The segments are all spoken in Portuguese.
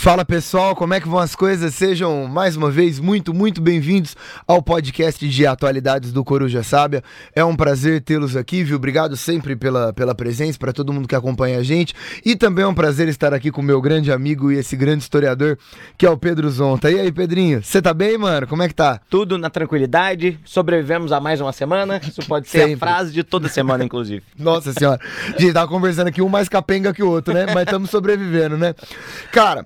Fala pessoal, como é que vão as coisas? Sejam mais uma vez muito bem-vindos ao podcast de atualidades do Coruja Sábia. É um prazer tê-los aqui, viu? Obrigado sempre pela presença, para todo mundo que acompanha a gente. E também é um prazer estar aqui com o meu grande amigo e esse grande historiador, que é o Pedro Zonta. E aí, Pedrinho, você tá bem, mano? Como é que tá? Tudo na tranquilidade, sobrevivemos a mais uma semana. Isso pode ser a frase de toda semana, inclusive. Nossa senhora, a gente tava conversando aqui, um mais capenga que o outro, né? Mas estamos sobrevivendo, né? Cara,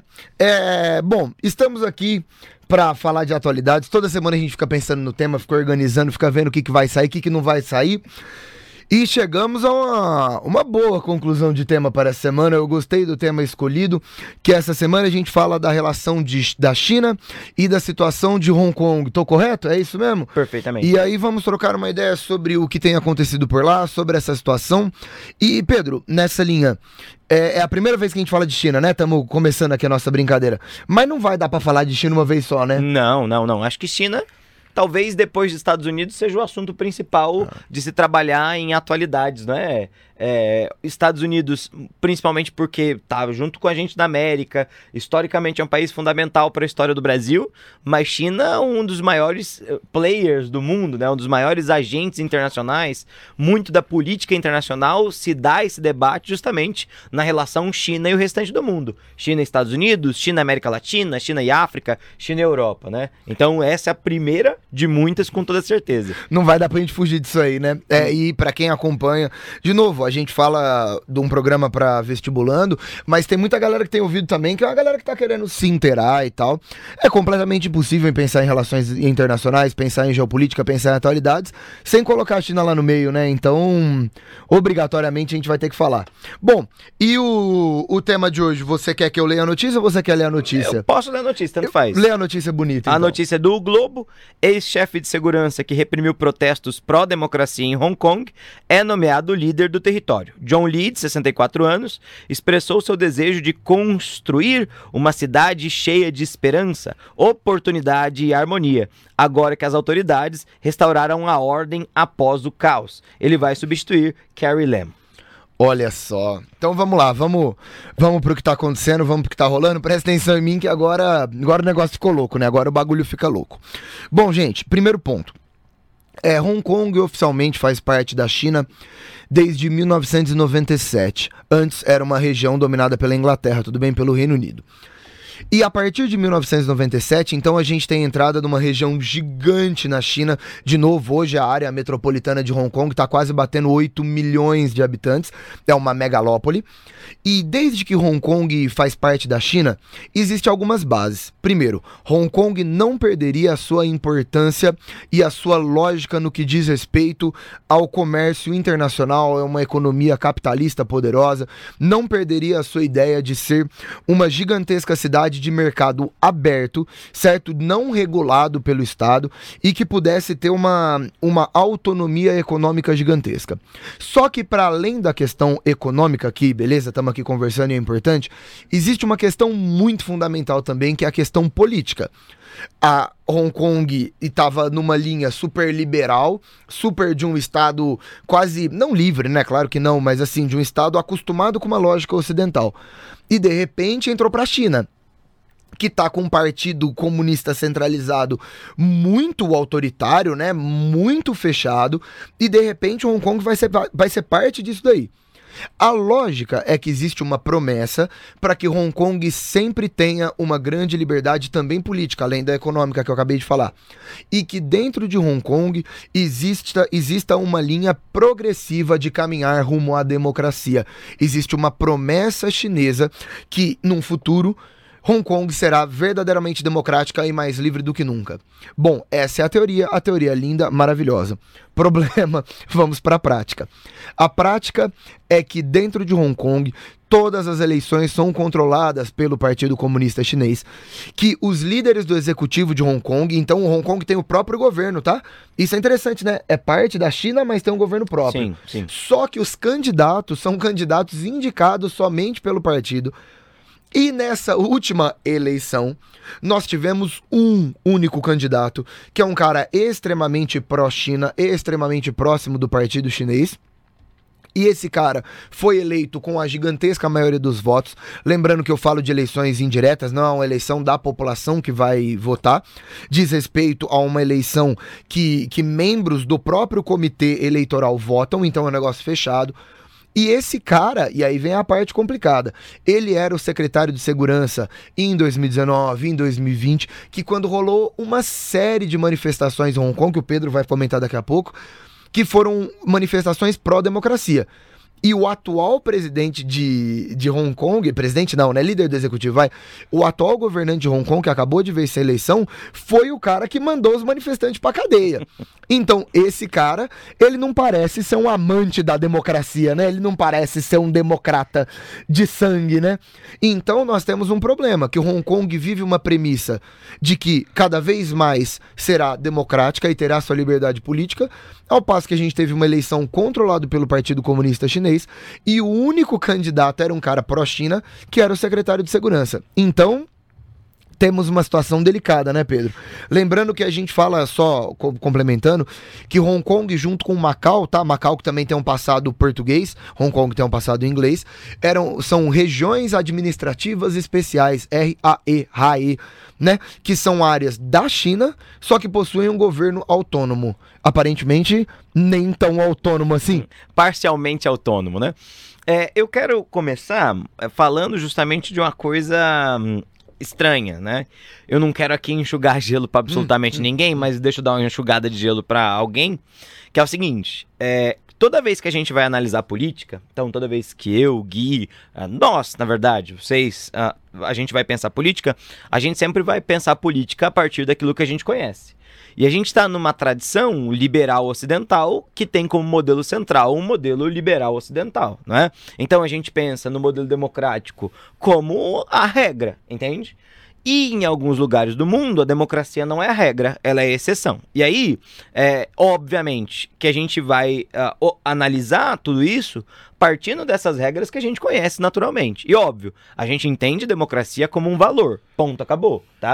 bom, estamos aqui pra falar de atualidades. Toda semana a gente fica pensando no tema, fica organizando, fica vendo o que vai sair, o que não vai sair. E chegamos a uma boa conclusão de tema para essa semana. Eu gostei do tema escolhido, que essa semana a gente fala da relação da China e da situação de Hong Kong. Tô correto? É isso mesmo? Perfeitamente. E aí vamos trocar uma ideia sobre o que tem acontecido por lá, sobre essa situação. E Pedro, nessa linha, é a primeira vez que a gente fala de China, né? Estamos começando aqui a nossa brincadeira. Mas não vai dar pra falar de China uma vez só, né? Não. Acho que China, talvez depois dos Estados Unidos, seja o assunto principal de se trabalhar em atualidades, não é? Estados Unidos, principalmente porque tá junto com a gente da América, historicamente é um país fundamental para a história do Brasil, mas China, um dos maiores players do mundo, né? Um dos maiores agentes internacionais. Muito da política internacional se dá esse debate justamente na relação China e o restante do mundo. China e Estados Unidos, China e América Latina, China e África, China e Europa, né? Então essa é a primeira de muitas, com toda certeza. Não vai dar pra gente fugir disso aí, né? E pra quem acompanha, de novo, a gente fala de um programa pra vestibulando, mas tem muita galera que tem ouvido também, que é uma galera que tá querendo se inteirar e tal. É completamente impossível pensar em relações internacionais, pensar em geopolítica, pensar em atualidades, sem colocar a China lá no meio, né? Então, obrigatoriamente a gente vai ter que falar. Bom, e o tema de hoje, você quer que eu leia a notícia ou você quer ler a notícia? Eu posso ler a notícia, tanto faz. Lê a notícia bonita, então. A notícia é do Globo. Ex-chefe de segurança que reprimiu protestos pró-democracia em Hong Kong é nomeado líder do território. John Lee, de 64 anos, expressou seu desejo de construir uma cidade cheia de esperança, oportunidade e harmonia, agora que as autoridades restauraram a ordem após o caos. Ele vai substituir Carrie Lam. Olha só. Então vamos lá, vamos pro que tá acontecendo, vamos pro que tá rolando. Presta atenção em mim que agora o negócio ficou louco, né? Agora o bagulho fica louco. Bom, gente, primeiro ponto. Hong Kong oficialmente faz parte da China desde 1997. Antes era uma região dominada pela Inglaterra, tudo bem, pelo Reino Unido. E a partir de 1997, então, a gente tem a entrada de uma região gigante na China. De novo, hoje a área metropolitana de Hong Kong está quase batendo 8 milhões de habitantes. É uma megalópole. E desde que Hong Kong faz parte da China, existem algumas bases. Primeiro, Hong Kong não perderia a sua importância e a sua lógica no que diz respeito ao comércio internacional. É uma economia capitalista poderosa. Não perderia a sua ideia de ser uma gigantesca cidade de mercado aberto, certo? Não regulado pelo Estado e que pudesse ter uma autonomia econômica gigantesca. Só que para além da questão econômica aqui, beleza? Estamos aqui conversando e é importante. Existe uma questão muito fundamental também, que é a questão política. A Hong Kong estava numa linha super liberal, super de um Estado quase, não livre, né? Claro que não, mas assim, de um Estado acostumado com uma lógica ocidental. E de repente entrou para a China, que tá com um partido comunista centralizado muito autoritário, né? Muito fechado, e de repente Hong Kong vai ser parte disso daí. A lógica é que existe uma promessa para que Hong Kong sempre tenha uma grande liberdade também política, além da econômica que eu acabei de falar. E que dentro de Hong Kong exista uma linha progressiva de caminhar rumo à democracia. Existe uma promessa chinesa que, num futuro, Hong Kong será verdadeiramente democrática e mais livre do que nunca. Bom, essa é a teoria linda, maravilhosa. Problema, vamos para a prática. A prática é que dentro de Hong Kong, todas as eleições são controladas pelo Partido Comunista Chinês, que os líderes do executivo de Hong Kong, então Hong Kong tem o próprio governo, tá? Isso é interessante, né? É parte da China, mas tem um governo próprio. Sim. Só que os candidatos são candidatos indicados somente pelo partido. E nessa última eleição, nós tivemos um único candidato, que é um cara extremamente pró-China, extremamente próximo do partido chinês, E esse cara foi eleito com a gigantesca maioria dos votos. Lembrando que eu falo de eleições indiretas, não é uma eleição da população que vai votar. Diz respeito a uma eleição que membros do próprio comitê eleitoral votam, então é um negócio fechado. E esse cara, e aí vem a parte complicada, ele era o secretário de segurança em 2019, em 2020, que quando rolou uma série de manifestações em Hong Kong, que o Pedro vai comentar daqui a pouco, que foram manifestações pró-democracia. E o atual presidente de Hong Kong, presidente não, né, líder do executivo, o atual governante de Hong Kong, que acabou de vencer a eleição, foi o cara que mandou os manifestantes pra cadeia. Então, esse cara, ele não parece ser um amante da democracia, né? Ele não parece ser um democrata de sangue, né? Então, nós temos um problema, que Hong Kong vive uma premissa de que cada vez mais será democrática e terá sua liberdade política, ao passo que a gente teve uma eleição controlada pelo Partido Comunista Chinês e o único candidato era um cara pró-China, que era o secretário de segurança. Então, temos uma situação delicada, né, Pedro? Lembrando que a gente fala, só complementando, que Hong Kong junto com Macau, tá? Macau que também tem um passado português, Hong Kong tem um passado inglês, são regiões administrativas especiais, RAE, né? Que são áreas da China, só que possuem um governo autônomo. Aparentemente, nem tão autônomo assim. Parcialmente autônomo, né? Eu quero começar falando justamente de uma coisa estranha, né? Eu não quero aqui enxugar gelo para absolutamente ninguém, mas deixa eu dar uma enxugada de gelo para alguém, que é o seguinte, toda vez que a gente vai analisar política, então toda vez que eu, Gui, nós, na verdade, vocês, a gente vai pensar política, a gente sempre vai pensar política a partir daquilo que a gente conhece. E a gente está numa tradição liberal ocidental que tem como modelo central um modelo liberal ocidental, não é? Então a gente pensa no modelo democrático como a regra, entende? E em alguns lugares do mundo a democracia não é a regra, ela é a exceção. E aí, obviamente, que a gente vai analisar tudo isso partindo dessas regras que a gente conhece naturalmente. E óbvio, a gente entende democracia como um valor, ponto, acabou, tá?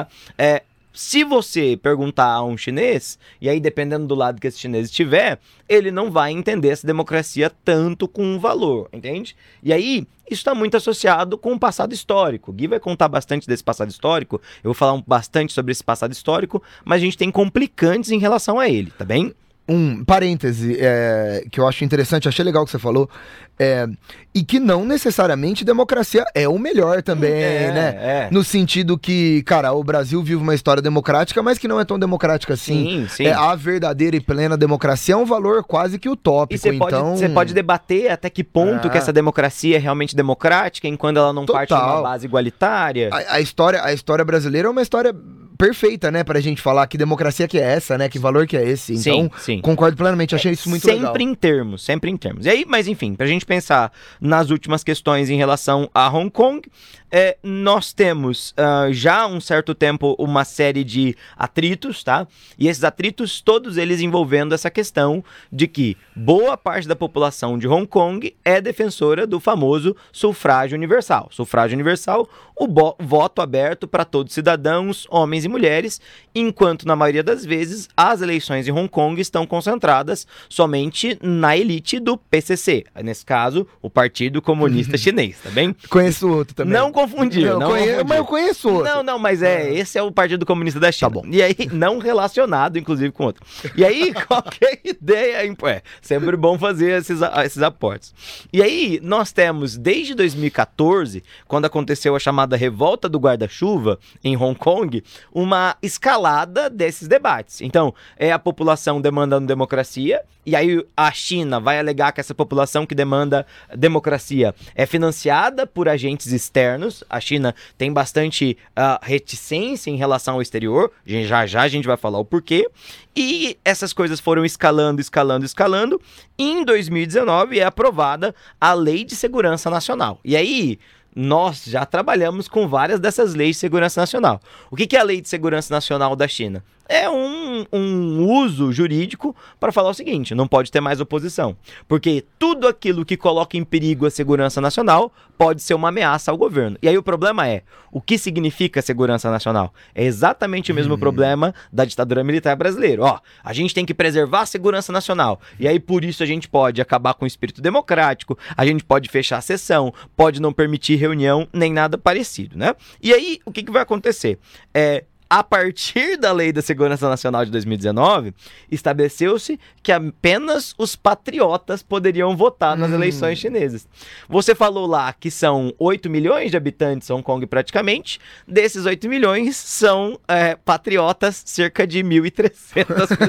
Se você perguntar a um chinês, e aí dependendo do lado que esse chinês estiver, ele não vai entender essa democracia tanto com um valor, entende? E aí, isso está muito associado com o passado histórico. O Gui vai contar bastante desse passado histórico, eu vou falar bastante sobre esse passado histórico, mas a gente tem complicantes em relação a ele, tá bem? Um parêntese que eu acho interessante, achei legal o que você falou, e que não necessariamente democracia é o melhor também, né? No sentido que, cara, o Brasil vive uma história democrática, mas que não é tão democrática assim. Sim. A verdadeira e plena democracia é um valor quase que utópico, e você pode debater até que ponto que essa democracia é realmente democrática, enquanto ela não parte de uma base igualitária. A história brasileira é uma história perfeita, né, pra gente falar que democracia que é essa, né, que valor que é esse. Então, sim. Concordo plenamente, achei isso muito legal. Sempre em termos. E aí, mas enfim, pra gente pensar nas últimas questões em relação a Hong Kong, nós temos já há um certo tempo uma série de atritos, tá? E esses atritos, todos eles envolvendo essa questão de que boa parte da população de Hong Kong é defensora do famoso sufrágio universal. Sufrágio universal, o voto aberto para todos os cidadãos, homens e mulheres, enquanto na maioria das vezes as eleições em Hong Kong estão concentradas somente na elite do PCC. Nesse caso, o Partido Comunista Chinês, tá bem? Conheço outro também. Não confundir, mas eu conheço outro. Não, mas esse é o Partido Comunista da China. Tá bom. E aí, não relacionado, inclusive, com outro. E aí, qualquer ideia, sempre bom fazer esses aportes. E aí, nós temos, desde 2014, quando aconteceu a chamada Revolta do Guarda-Chuva, em Hong Kong, uma escalada desses debates. Então, é a população demandando democracia, e aí a China vai alegar que essa população que demanda democracia é financiada por agentes externos. A China tem bastante reticência em relação ao exterior, já a gente vai falar o porquê. E essas coisas foram escalando. E em 2019 é aprovada a Lei de Segurança Nacional. E aí, nós já trabalhamos com várias dessas leis de segurança nacional. O que é a Lei de Segurança Nacional da China? É um um uso jurídico para falar o seguinte: não pode ter mais oposição. Porque tudo aquilo que coloca em perigo a segurança nacional pode ser uma ameaça ao governo. E aí o problema é, o que significa segurança nacional? É exatamente o mesmo problema da ditadura militar brasileira. Ó, a gente tem que preservar a segurança nacional. E aí por isso a gente pode acabar com o espírito democrático, a gente pode fechar a sessão, pode não permitir reunião, nem nada parecido, né? E aí, o que vai acontecer? A partir da Lei da Segurança Nacional de 2019, estabeleceu-se que apenas os patriotas poderiam votar nas eleições chinesas. Você falou lá que são 8 milhões de habitantes em Hong Kong praticamente. Desses 8 milhões são patriotas, cerca de 1.300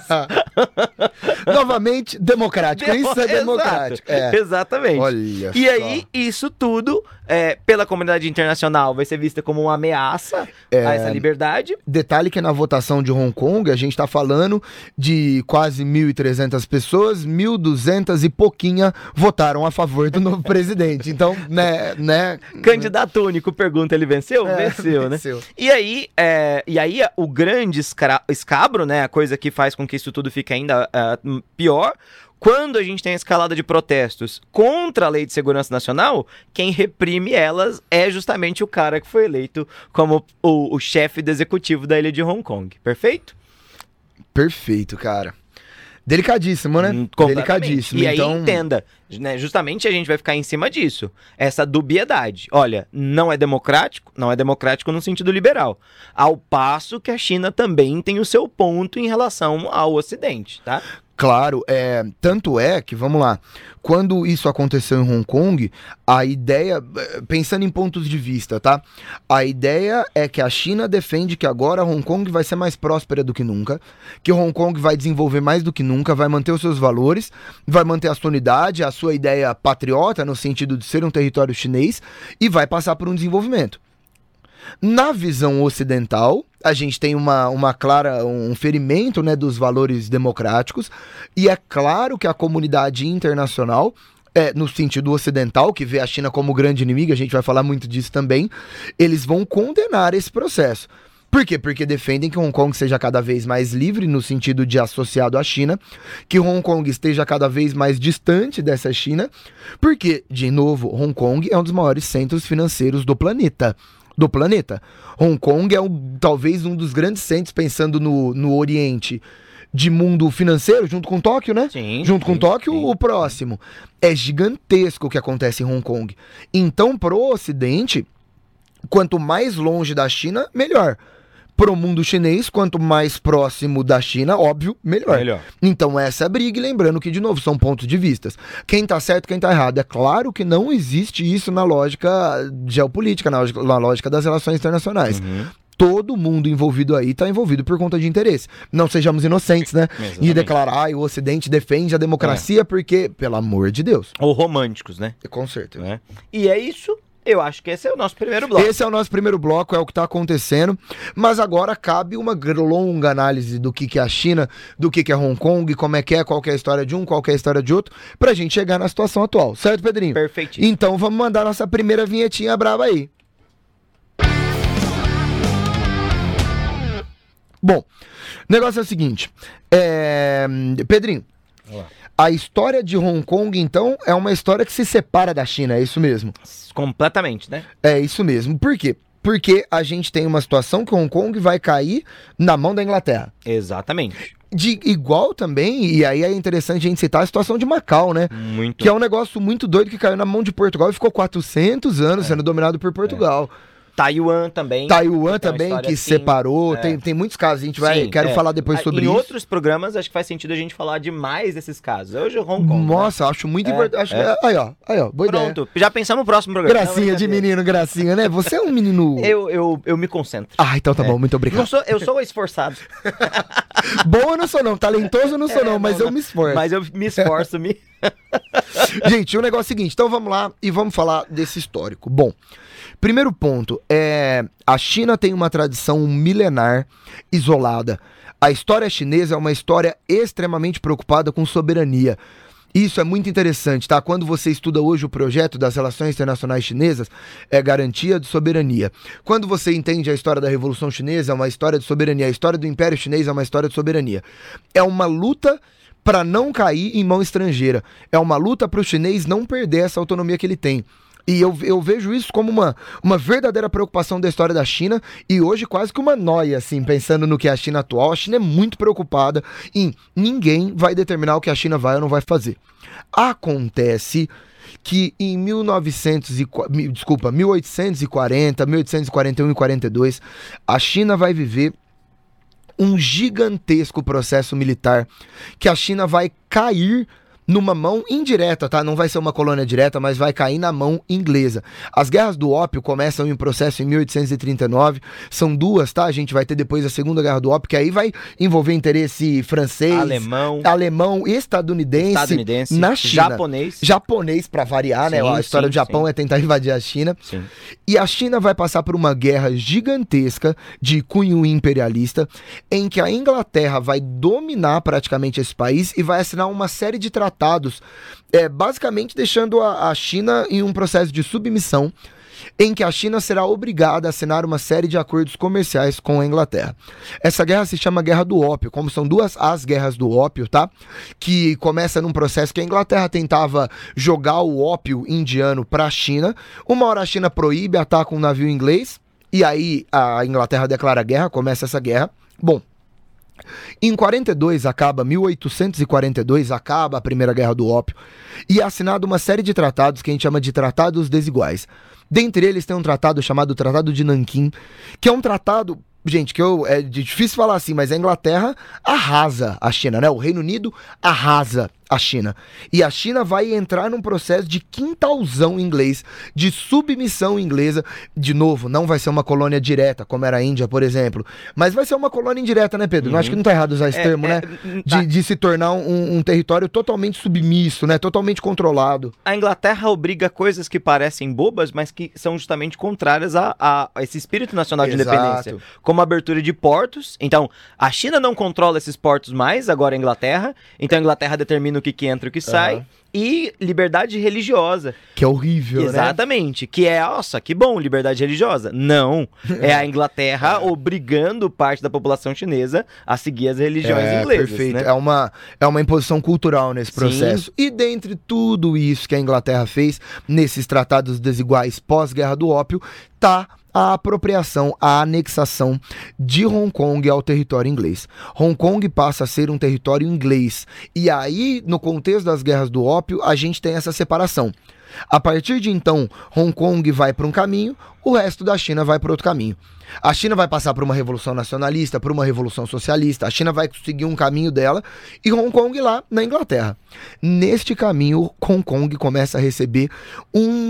pessoas. Novamente, democrático. Isso é democrático. Exatamente. Olha e só. aí, isso tudo, pela comunidade internacional, vai ser vista como uma ameaça a essa liberdade. Detalhe que na votação de Hong Kong, a gente está falando de quase 1.300 pessoas, 1.200 e pouquinha votaram a favor do novo presidente. Então, né? Candidato único, pergunta, ele venceu? Venceu, né? E aí, o grande escabro, né? A coisa que faz com que isso tudo fique ainda pior. Quando a gente tem a escalada de protestos contra a Lei de Segurança Nacional, quem reprime elas é justamente o cara que foi eleito como o chefe do executivo da ilha de Hong Kong. Perfeito? Perfeito, cara. Delicadíssimo, né? Delicadíssimo. E aí, entenda, né, justamente a gente vai ficar em cima disso. Essa dubiedade. Olha, não é democrático no sentido liberal. Ao passo que a China também tem o seu ponto em relação ao Ocidente, tá? Claro, tanto é que, vamos lá, quando isso aconteceu em Hong Kong, a ideia, pensando em pontos de vista, tá? A ideia é que a China defende que agora Hong Kong vai ser mais próspera do que nunca, que Hong Kong vai desenvolver mais do que nunca, vai manter os seus valores, vai manter a sua unidade, a sua ideia patriota, no sentido de ser um território chinês, e vai passar por um desenvolvimento. Na visão ocidental, a gente tem um ferimento, né, dos valores democráticos, e é claro que a comunidade internacional, no sentido ocidental, que vê a China como grande inimiga, a gente vai falar muito disso também, eles vão condenar esse processo. Por quê? Porque defendem que Hong Kong seja cada vez mais livre, no sentido de associado à China, que Hong Kong esteja cada vez mais distante dessa China, porque, de novo, Hong Kong é um dos maiores centros financeiros do planeta. Hong Kong é talvez um dos grandes centros, pensando no Oriente, de mundo financeiro, junto com Tóquio, né? Com Tóquio, o próximo. É gigantesco o que acontece em Hong Kong. Então, pro Ocidente, quanto mais longe da China, melhor. Pro mundo chinês, quanto mais próximo da China, óbvio, melhor. Então essa é a briga, e lembrando que, de novo, são pontos de vista. Quem tá certo, quem tá errado. É claro que não existe isso na lógica geopolítica, na lógica das relações internacionais. Todo mundo envolvido aí tá envolvido por conta de interesse. Não sejamos inocentes, né? E declarar, o Ocidente defende a democracia porque, pelo amor de Deus. Ou românticos, né? Com certeza. E é isso. Eu acho que esse é o nosso primeiro bloco. Esse é o nosso primeiro bloco, é o que está acontecendo. Mas agora cabe uma longa análise do que é a China, do que é Hong Kong, como é que é, qual que é a história de um, qual que é a história de outro, pra gente chegar na situação atual. Certo, Pedrinho? Perfeitinho. Então vamos mandar nossa primeira vinhetinha braba aí. Bom, o negócio é o seguinte. Pedrinho, olá. A história de Hong Kong, então, é uma história que se separa da China, é isso mesmo? Completamente, né? É isso mesmo. Por quê? Porque a gente tem uma situação que Hong Kong vai cair na mão da Inglaterra. Exatamente. De igual também, e aí é interessante a gente citar a situação de Macau, né? Muito. Que é um negócio muito doido que caiu na mão de Portugal e ficou 400 anos sendo dominado por Portugal. Taiwan também. Que separou. Tem muitos casos. A gente vai. Quero falar depois sobre isso. Em outros programas, acho que faz sentido a gente falar demais desses casos. Hoje, Hong Kong. Nossa, acho muito importante. Aí, ó. Boa Pronto. ideia. Já pensamos no próximo programa. Gracinha de menino, gracinha, né? Você é um menino. Eu me concentro. Ah, então tá bom. Muito obrigado. Eu sou esforçado. Bom eu não sou, não. Talentoso eu não sou, não. Mas eu me esforço. Mas eu me esforço. Gente, o negócio é o seguinte. Então vamos lá e vamos falar desse histórico. Bom. Primeiro ponto, a China tem uma tradição milenar isolada. A história chinesa é uma história extremamente preocupada com soberania. Isso é muito interessante, tá? Quando você estuda hoje o projeto das relações internacionais chinesas, é garantia de soberania. Quando você entende a história da Revolução Chinesa, é uma história de soberania. A história do Império Chinês é uma história de soberania. É uma luta para não cair em mão estrangeira. É uma luta para o chinês não perder essa autonomia que ele tem. E eu vejo isso como uma verdadeira preocupação da história da China e hoje quase que uma noia, assim, pensando no que é a China atual. A China é muito preocupada em ninguém vai determinar o que a China vai ou não vai fazer. Acontece que em 1840, 1841 e 42, a China vai viver um gigantesco processo militar que a China vai cair numa mão indireta, tá? Não vai ser uma colônia direta, mas vai cair na mão inglesa. As guerras do ópio começam em processo em 1839, são duas, tá? A gente vai ter depois a Segunda Guerra do Ópio, que aí vai envolver interesse francês, alemão, estadunidense na China. Japonês pra variar, sim, né? A história do Japão é tentar invadir a China. Sim. E a China vai passar por uma guerra gigantesca de cunho imperialista, em que a Inglaterra vai dominar praticamente esse país e vai assinar uma série de tratados, basicamente deixando a China em um processo de submissão, em que a China será obrigada a assinar uma série de acordos comerciais com a Inglaterra. Essa guerra se chama Guerra do Ópio, como são duas as guerras do ópio, tá? Que começa num processo que a Inglaterra tentava jogar o ópio indiano para a China. Uma hora a China proíbe, ataca um navio inglês, e aí a Inglaterra declara guerra, começa essa guerra. Bom, em 1842 acaba a Primeira Guerra do Ópio e é assinado uma série de tratados que a gente chama de tratados desiguais. Dentre eles tem um tratado chamado Tratado de Nanquim, que é um tratado, gente, que é difícil falar assim, mas a Inglaterra arrasa a China, né? O Reino Unido arrasa a China. E a China vai entrar num processo de quintalzão inglês, de submissão inglesa. De novo, não vai ser uma colônia direta, como era a Índia, por exemplo. Mas vai ser uma colônia indireta, né, Pedro? Não acho que não tá errado usar esse termo, né? De se tornar um território totalmente submisso, né? Totalmente controlado. A Inglaterra obriga coisas que parecem bobas, mas que são justamente contrárias a esse espírito nacional de independência. Como a abertura de portos. Então, a China não controla esses portos mais, agora a Inglaterra. Então, a Inglaterra determina o que entra e o que sai, e liberdade religiosa. Que é horrível, exatamente, né? Que é, nossa, que bom, liberdade religiosa. Não, é a Inglaterra obrigando parte da população chinesa a seguir as religiões inglesas. Perfeito, né? É uma imposição cultural nesse processo. Sim. E dentre tudo isso que a Inglaterra fez, nesses tratados desiguais pós-Guerra do Ópio, tá a apropriação, a anexação de Hong Kong ao território inglês. Hong Kong passa a ser um território inglês. E aí, no contexto das guerras do ópio, a gente tem essa separação. A partir de então, Hong Kong vai para um caminho, o resto da China vai para outro caminho. A China vai passar por uma revolução nacionalista, por uma revolução socialista, a China vai seguir um caminho dela e Hong Kong lá na Inglaterra. Neste caminho, Hong Kong começa a receber um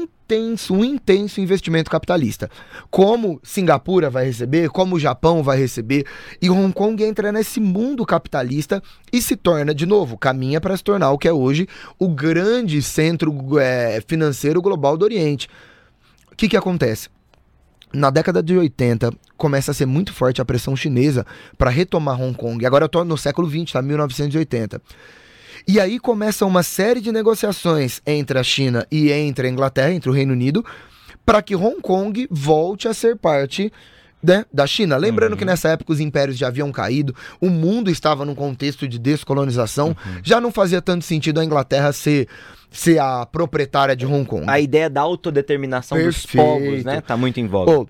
intenso investimento capitalista. Como Singapura vai receber, como o Japão vai receber, e Hong Kong entra nesse mundo capitalista e se torna, de novo, caminha para se tornar o que é hoje o grande centro financeiro global do Oriente. O que acontece? Na década de 80, começa a ser muito forte a pressão chinesa para retomar Hong Kong. Agora eu estou no século 20, tá? 1980. E aí começa uma série de negociações entre a China e entre a Inglaterra, entre o Reino Unido, para que Hong Kong volte a ser parte, né, da China. Lembrando que nessa época os impérios já haviam caído, o mundo estava num contexto de descolonização, já não fazia tanto sentido a Inglaterra ser a proprietária de Hong Kong. A ideia da autodeterminação dos povos, né? Tá muito em voga.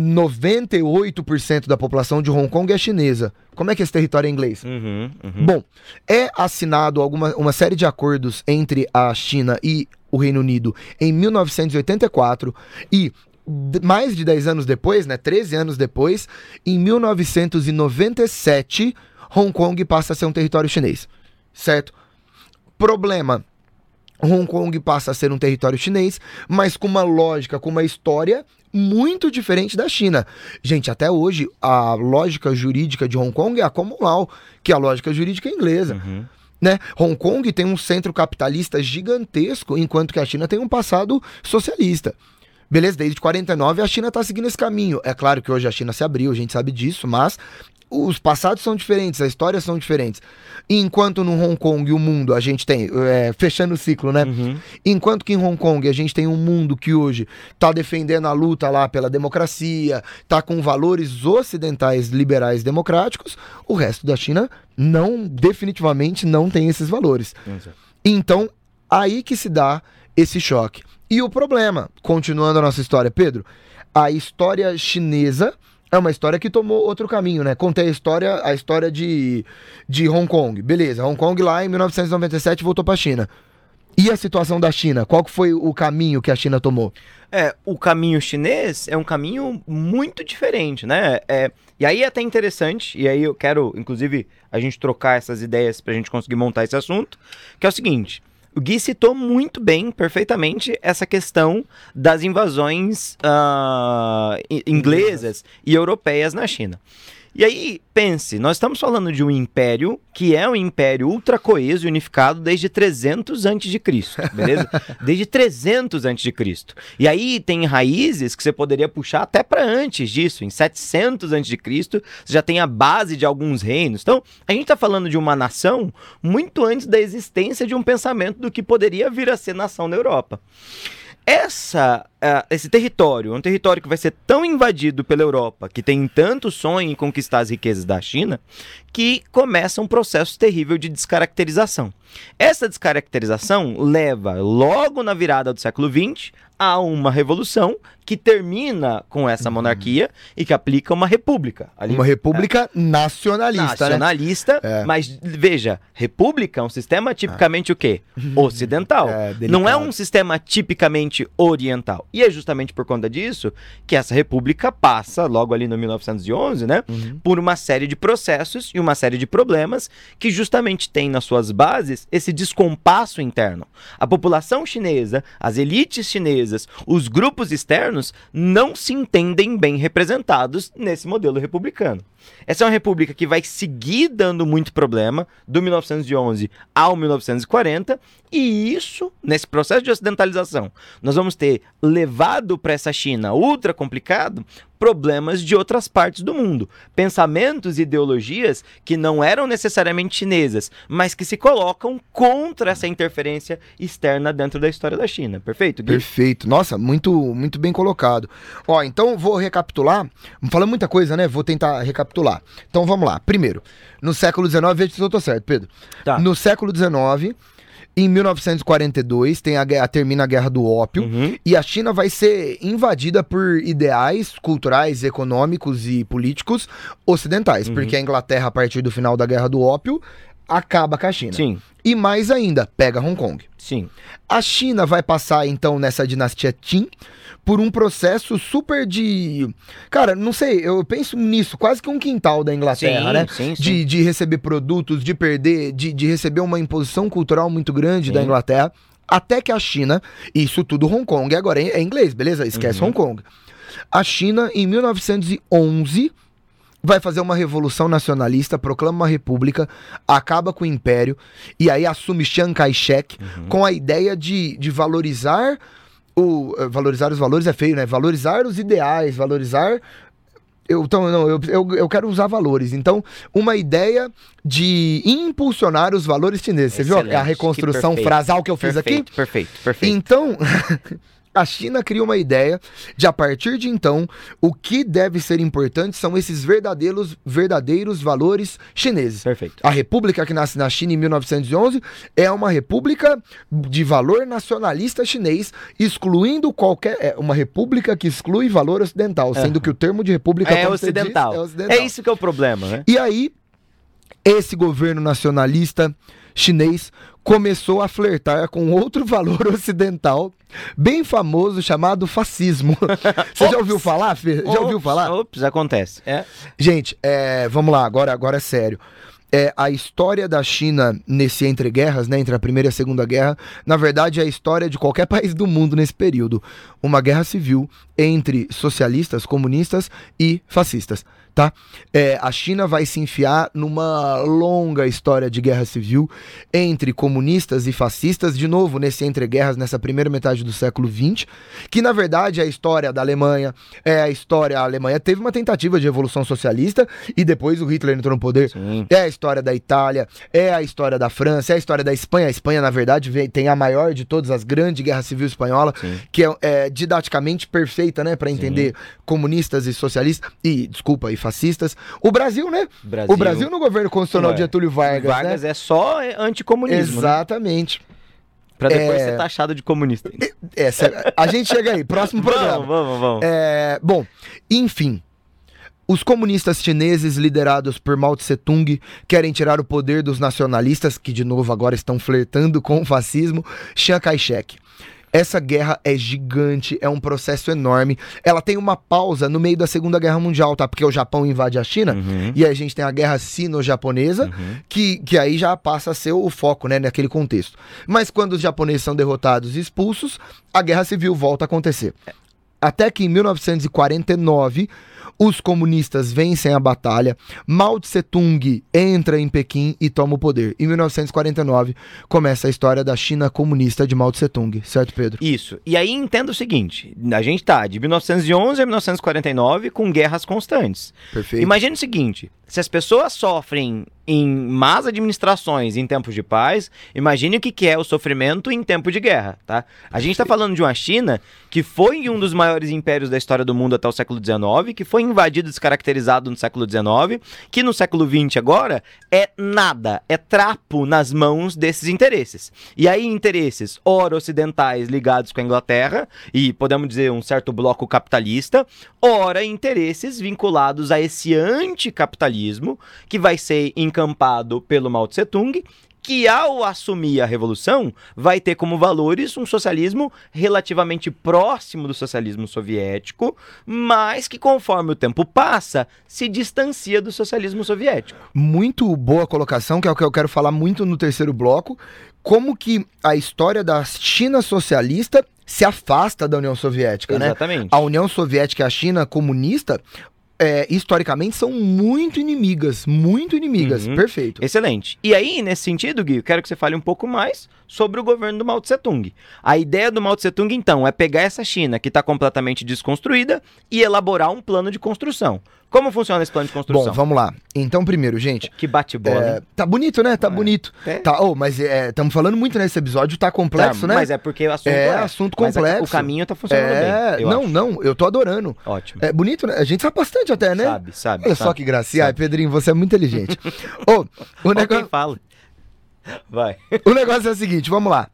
98% da população de Hong Kong é chinesa. Como é que esse território é inglês? Bom, é assinado uma série de acordos entre a China e o Reino Unido em 1984 e mais de 10 anos depois, né, 13 anos depois, em 1997, Hong Kong passa a ser um território chinês, certo? Problema, Hong Kong passa a ser um território chinês, mas com uma lógica, com uma história muito diferente da China. Gente, até hoje, a lógica jurídica de Hong Kong é a common law, que é a lógica jurídica inglesa. Né? Hong Kong tem um centro capitalista gigantesco, enquanto que a China tem um passado socialista. Beleza, desde 49 a China está seguindo esse caminho. É claro que hoje a China se abriu, a gente sabe disso, mas os passados são diferentes, as histórias são diferentes. Enquanto no Hong Kong o mundo a gente tem, fechando o ciclo, né? Enquanto que em Hong Kong a gente tem um mundo que hoje tá defendendo a luta lá pela democracia, tá com valores ocidentais liberais democráticos, o resto da China definitivamente não tem esses valores. Então, aí que se dá esse choque. E o problema, continuando a nossa história, Pedro, a história chinesa é uma história que tomou outro caminho, né? Contei a história de Hong Kong. Beleza, Hong Kong lá em 1997 voltou pra China. E a situação da China? Qual que foi o caminho que a China tomou? O caminho chinês é um caminho muito diferente, né? E aí é até interessante, e aí eu quero, inclusive, a gente trocar essas ideias pra gente conseguir montar esse assunto, que é o seguinte... O Gui citou muito bem, perfeitamente, essa questão das invasões inglesas e europeias na China. E aí, pense, nós estamos falando de um império que é um império ultra coeso e unificado desde 300 a.C., beleza? Desde 300 a.C. E aí tem raízes que você poderia puxar até para antes disso, em 700 a.C., você já tem a base de alguns reinos. Então, a gente está falando de uma nação muito antes da existência de um pensamento do que poderia vir a ser nação na Europa. Esse território, um território que vai ser tão invadido pela Europa, que tem tanto sonho em conquistar as riquezas da China, que começa um processo terrível de descaracterização. Essa descaracterização leva, logo na virada do século XX, a uma revolução que termina com essa monarquia e que aplica uma república. Uma república nacionalista, nacionalista, né? Mas veja, república é um sistema tipicamente o quê? Ocidental. Não é um sistema tipicamente oriental. E é justamente por conta disso que essa república passa, logo ali no 1911, né? Por uma série de processos e uma série de problemas que justamente tem nas suas bases esse descompasso interno. A população chinesa, as elites chinesas, os grupos externos não se entendem bem representados nesse modelo republicano. Essa é uma república que vai seguir dando muito problema do 1911 ao 1940, e isso, nesse processo de ocidentalização, nós vamos ter levado para essa China ultra complicado problemas de outras partes do mundo. Pensamentos e ideologias que não eram necessariamente chinesas, mas que se colocam contra essa interferência externa dentro da história da China. Perfeito, Gui? Perfeito. Nossa, muito, muito bem colocado. Então vou recapitular. Falando muita coisa, né? Vou tentar recapitular. Então vamos lá. Primeiro, no século XIX, veja se eu tô certo, Pedro. Tá. No século XIX... Em 1942, termina a Guerra do Ópio, e a China vai ser invadida por ideais culturais, econômicos e políticos ocidentais, porque a Inglaterra, a partir do final da Guerra do Ópio, acaba com a China. Sim. E mais ainda, pega Hong Kong. Sim. A China vai passar, então, nessa dinastia Qin, por um processo super de... Cara, não sei, eu penso nisso, quase que um quintal da Inglaterra, né? Sim. De receber produtos, de perder, de receber uma imposição cultural muito grande da Inglaterra, até que a China, isso tudo Hong Kong, agora é inglês, beleza? Esquece Hong Kong. A China, em 1911... vai fazer uma revolução nacionalista, proclama uma república, acaba com o império, e aí assume Chiang Kai-shek com a ideia de valorizar valorizar os valores é feio, né? Valorizar os ideais, valorizar... Eu quero usar valores. Então, uma ideia de impulsionar os valores chineses. Você viu a reconstrução frasal que eu fiz aqui? Perfeito. Então... A China cria uma ideia de, a partir de então, o que deve ser importante são esses verdadeiros valores chineses. Perfeito. A república que nasce na China em 1911 é uma república de valor nacionalista chinês, excluindo uma república que exclui valor ocidental, sendo que o termo de república é ocidental. É isso que é o problema, né? E aí, esse governo nacionalista chinês começou a flertar com outro valor ocidental bem famoso chamado fascismo. Você já ouviu falar, Fê? Já ouviu falar? Acontece. Gente, vamos lá, agora é sério. a história da China nesse entre guerras, né, entre a Primeira e a Segunda Guerra, na verdade é a história de qualquer país do mundo nesse período. Uma guerra civil entre socialistas, comunistas e fascistas. Tá? A China vai se enfiar numa longa história de guerra civil entre comunistas e fascistas, de novo, nesse entreguerras, nessa primeira metade do século XX, que na verdade é a história da Alemanha, a Alemanha teve uma tentativa de revolução socialista e depois o Hitler entrou no poder. Sim. É a história da Itália, é a história da França, é a história da Espanha. A Espanha, na verdade, tem a maior de todas as grandes guerras civis espanhola, sim, que é didaticamente perfeita, né, para entender, sim, comunistas e socialistas, e fascistas. O Brasil, né? O Brasil no governo constitucional de Getúlio Vargas. Vargas, né? É só anticomunismo. Exatamente. Né? Pra depois ser taxado de comunista. A gente chega aí, próximo programa. Vamos. Bom, enfim. Os comunistas chineses, liderados por Mao Tse-tung, querem tirar o poder dos nacionalistas, que de novo agora estão flertando com o fascismo, Chiang Kai-shek. Essa guerra é gigante, é um processo enorme. Ela tem uma pausa no meio da Segunda Guerra Mundial, tá? Porque o Japão invade a China, e aí a gente tem a guerra sino-japonesa, que aí já passa a ser o foco, né, naquele contexto. Mas quando os japoneses são derrotados e expulsos, a guerra civil volta a acontecer. Até que em 1949, os comunistas vencem a batalha, Mao Tse-tung entra em Pequim e toma o poder. Em 1949, começa a história da China comunista de Mao Tse-tung, certo, Pedro? Isso. E aí entenda o seguinte, a gente tá de 1911 a 1949 com guerras constantes. Perfeito. Imagine o seguinte, se as pessoas sofrem em más administrações em tempos de paz, imagine o que é o sofrimento em tempo de guerra, tá? A gente tá falando de uma China que foi um dos maiores impérios da história do mundo até o século XIX, que foi invadido e descaracterizado no século XIX, que no século XX agora é nada, é trapo nas mãos desses interesses. E aí interesses, ora ocidentais ligados com a Inglaterra, e podemos dizer um certo bloco capitalista, ora interesses vinculados a esse anticapitalismo, que vai ser encampado pelo Mao Tse-tung, que ao assumir a revolução vai ter como valores um socialismo relativamente próximo do socialismo soviético, mas que conforme o tempo passa, se distancia do socialismo soviético. Muito boa colocação, que é o que eu quero falar muito no terceiro bloco, como que a história da China socialista se afasta da União Soviética, né? Exatamente. A União Soviética e a China comunista historicamente são muito inimigas, perfeito. Excelente. E aí, nesse sentido, Gui, eu quero que você fale um pouco mais sobre o governo do Mao Tse-tung. A ideia do Mao Tse-tung, então, é pegar essa China que está completamente desconstruída e elaborar um plano de construção. Como funciona esse plano de construção? Bom, vamos lá. Então, primeiro, gente... Que bate-bola, tá bonito, né? Tá bonito. Mas estamos falando muito nesse episódio, tá complexo, né? Mas é porque o assunto assunto complexo. O caminho tá funcionando bem, eu tô adorando. Ótimo. É bonito, né? A gente sabe bastante até, né? Sabe. Olha só que gracinha. Ai, Pedrinho, você é muito inteligente. O negócio... Quem fala? Vai. O negócio é o seguinte, vamos lá.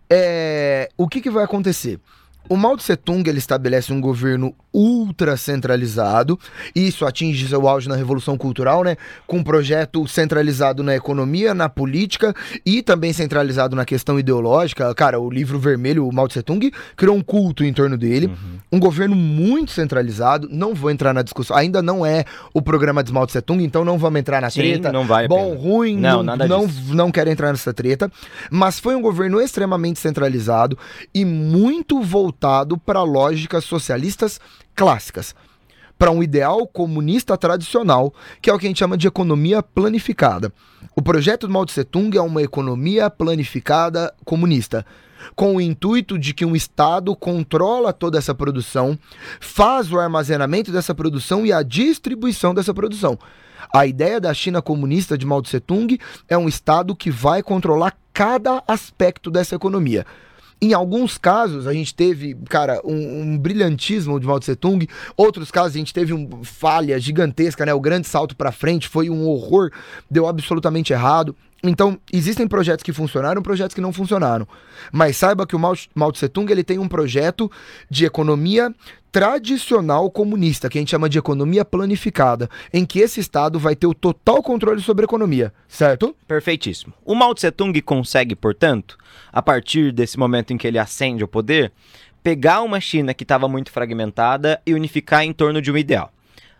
O que vai acontecer? O Mao Tse-tung, ele estabelece um governo ultra centralizado, e isso atinge seu auge na Revolução Cultural, né? Com um projeto centralizado na economia, na política e também centralizado na questão ideológica. Cara, o livro vermelho, o Mao Tse-tung, criou um culto em torno dele. Um governo muito centralizado, não vou entrar na discussão, ainda não é o programa de Mao Tse-tung, então não vamos entrar na treta. Não vai Bom, ruim, não quero entrar nessa treta, mas foi um governo extremamente centralizado e muito voltado para lógicas socialistas clássicas, para um ideal comunista tradicional, que é o que a gente chama de economia planificada. O projeto do Mao Tse-tung é uma economia planificada comunista, com o intuito de que um Estado controla toda essa produção, faz o armazenamento dessa produção e a distribuição dessa produção. A ideia da China comunista de Mao Tse-tung é um Estado que vai controlar cada aspecto dessa economia. Em alguns casos, a gente teve, cara, um brilhantismo de Mao Tse-tung. Outros casos, a gente teve uma falha gigantesca, né? O grande salto para frente foi um horror, deu absolutamente errado. Então, existem projetos que funcionaram, projetos que não funcionaram. Mas saiba que o Mao Tse-tung, ele tem um projeto de economia tradicional comunista, que a gente chama de economia planificada, em que esse Estado vai ter o total controle sobre a economia, certo? Perfeitíssimo. O Mao Tse-tung consegue, portanto, a partir desse momento em que ele ascende ao poder, pegar uma China que estava muito fragmentada e unificar em torno de um ideal.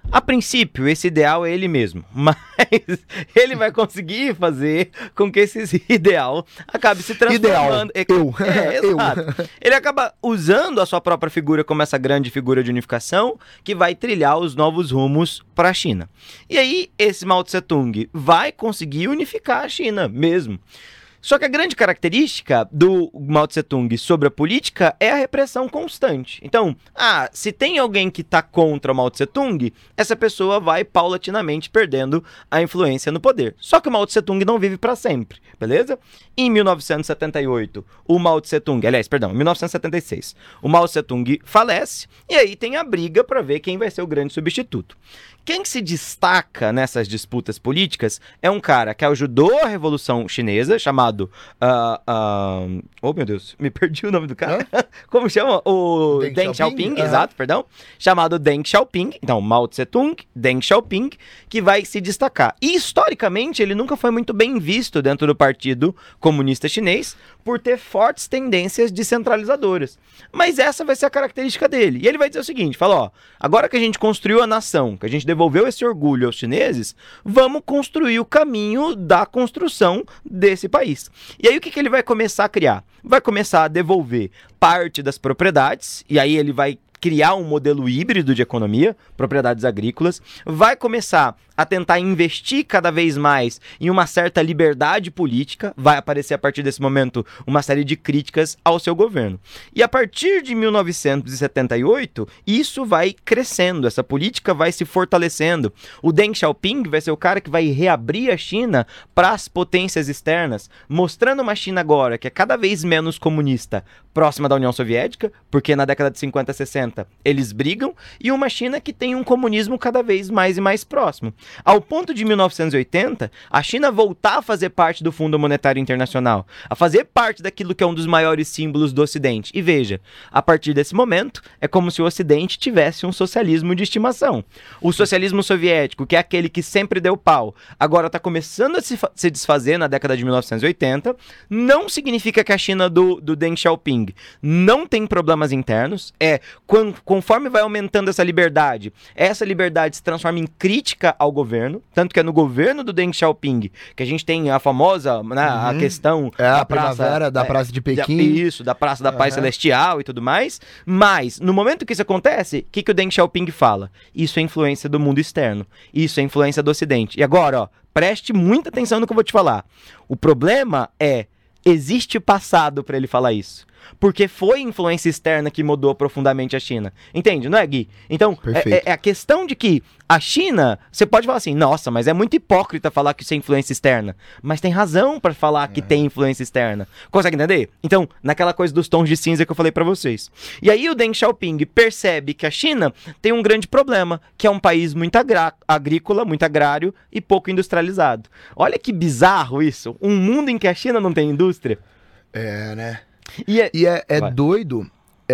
A princípio, esse ideal é ele mesmo, mas ele vai conseguir fazer com que esse ideal acabe se transformando. Exato. Ele acaba usando a sua própria figura como essa grande figura de unificação que vai trilhar os novos rumos para a China. E aí, esse Mao Tse-tung vai conseguir unificar a China mesmo. Só que a grande característica do Mao Tse-tung sobre a política é a repressão constante. Então, se tem alguém que está contra o Mao Tse-tung, essa pessoa vai paulatinamente perdendo a influência no poder. Só que o Mao Tse-tung não vive para sempre, beleza? Em 1978, o Mao Tse-tung, em 1976, o Mao Tse-tung falece e aí tem a briga para ver quem vai ser o grande substituto. Quem se destaca nessas disputas políticas é um cara que ajudou a Revolução Chinesa, chamado... oh, meu Deus, me perdi o nome do cara. Como chama? O Deng Xiaoping, exato, perdão. Chamado Deng Xiaoping, então Mao Tse-tung, Deng Xiaoping, que vai se destacar. E, historicamente, ele nunca foi muito bem visto dentro do Partido Comunista Chinês por ter fortes tendências descentralizadoras. Mas essa vai ser a característica dele. E ele vai dizer o seguinte, fala, agora que a gente construiu a nação, que a gente devolveu esse orgulho aos chineses, vamos construir o caminho da construção desse país. E aí o que ele vai começar a criar? Vai começar a devolver parte das propriedades, e aí ele vai criar um modelo híbrido de economia, propriedades agrícolas, vai começar a tentar investir cada vez mais em uma certa liberdade política, vai aparecer a partir desse momento uma série de críticas ao seu governo. E a partir de 1978, isso vai crescendo, essa política vai se fortalecendo. O Deng Xiaoping vai ser o cara que vai reabrir a China para as potências externas, mostrando uma China agora que é cada vez menos comunista, próxima da União Soviética, porque na década de 50 e 60 eles brigam, e uma China que tem um comunismo cada vez mais e mais próximo. Ao ponto de 1980, a China voltar a fazer parte do Fundo Monetário Internacional, a fazer parte daquilo que é um dos maiores símbolos do Ocidente. E veja, a partir desse momento, é como se o Ocidente tivesse um socialismo de estimação. O socialismo soviético, que é aquele que sempre deu pau, agora está começando a se desfazer na década de 1980, não significa que a China do Deng Xiaoping não tem problemas internos, conforme vai aumentando essa liberdade se transforma em crítica ao governo, tanto que é no governo do Deng Xiaoping que a gente tem a famosa, a questão da primavera, da Praça de Pequim. Da Praça da Paz Celestial e tudo mais. Mas, no momento que isso acontece, o que o Deng Xiaoping fala? Isso é influência do mundo externo. Isso é influência do Ocidente. E agora, preste muita atenção no que eu vou te falar. O problema existe passado para ele falar isso. Porque foi influência externa que mudou profundamente a China. Entende, não é, Gui? Então, é a questão de que a China, você pode falar assim, nossa, mas é muito hipócrita falar que isso é influência externa. Mas tem razão para falar que tem influência externa. Consegue entender? Então, naquela coisa dos tons de cinza que eu falei para vocês. E aí o Deng Xiaoping percebe que a China tem um grande problema, que é um país muito agrícola, muito agrário e pouco industrializado. Olha que bizarro isso. Um mundo em que a China não tem indústria. Né? E é doido,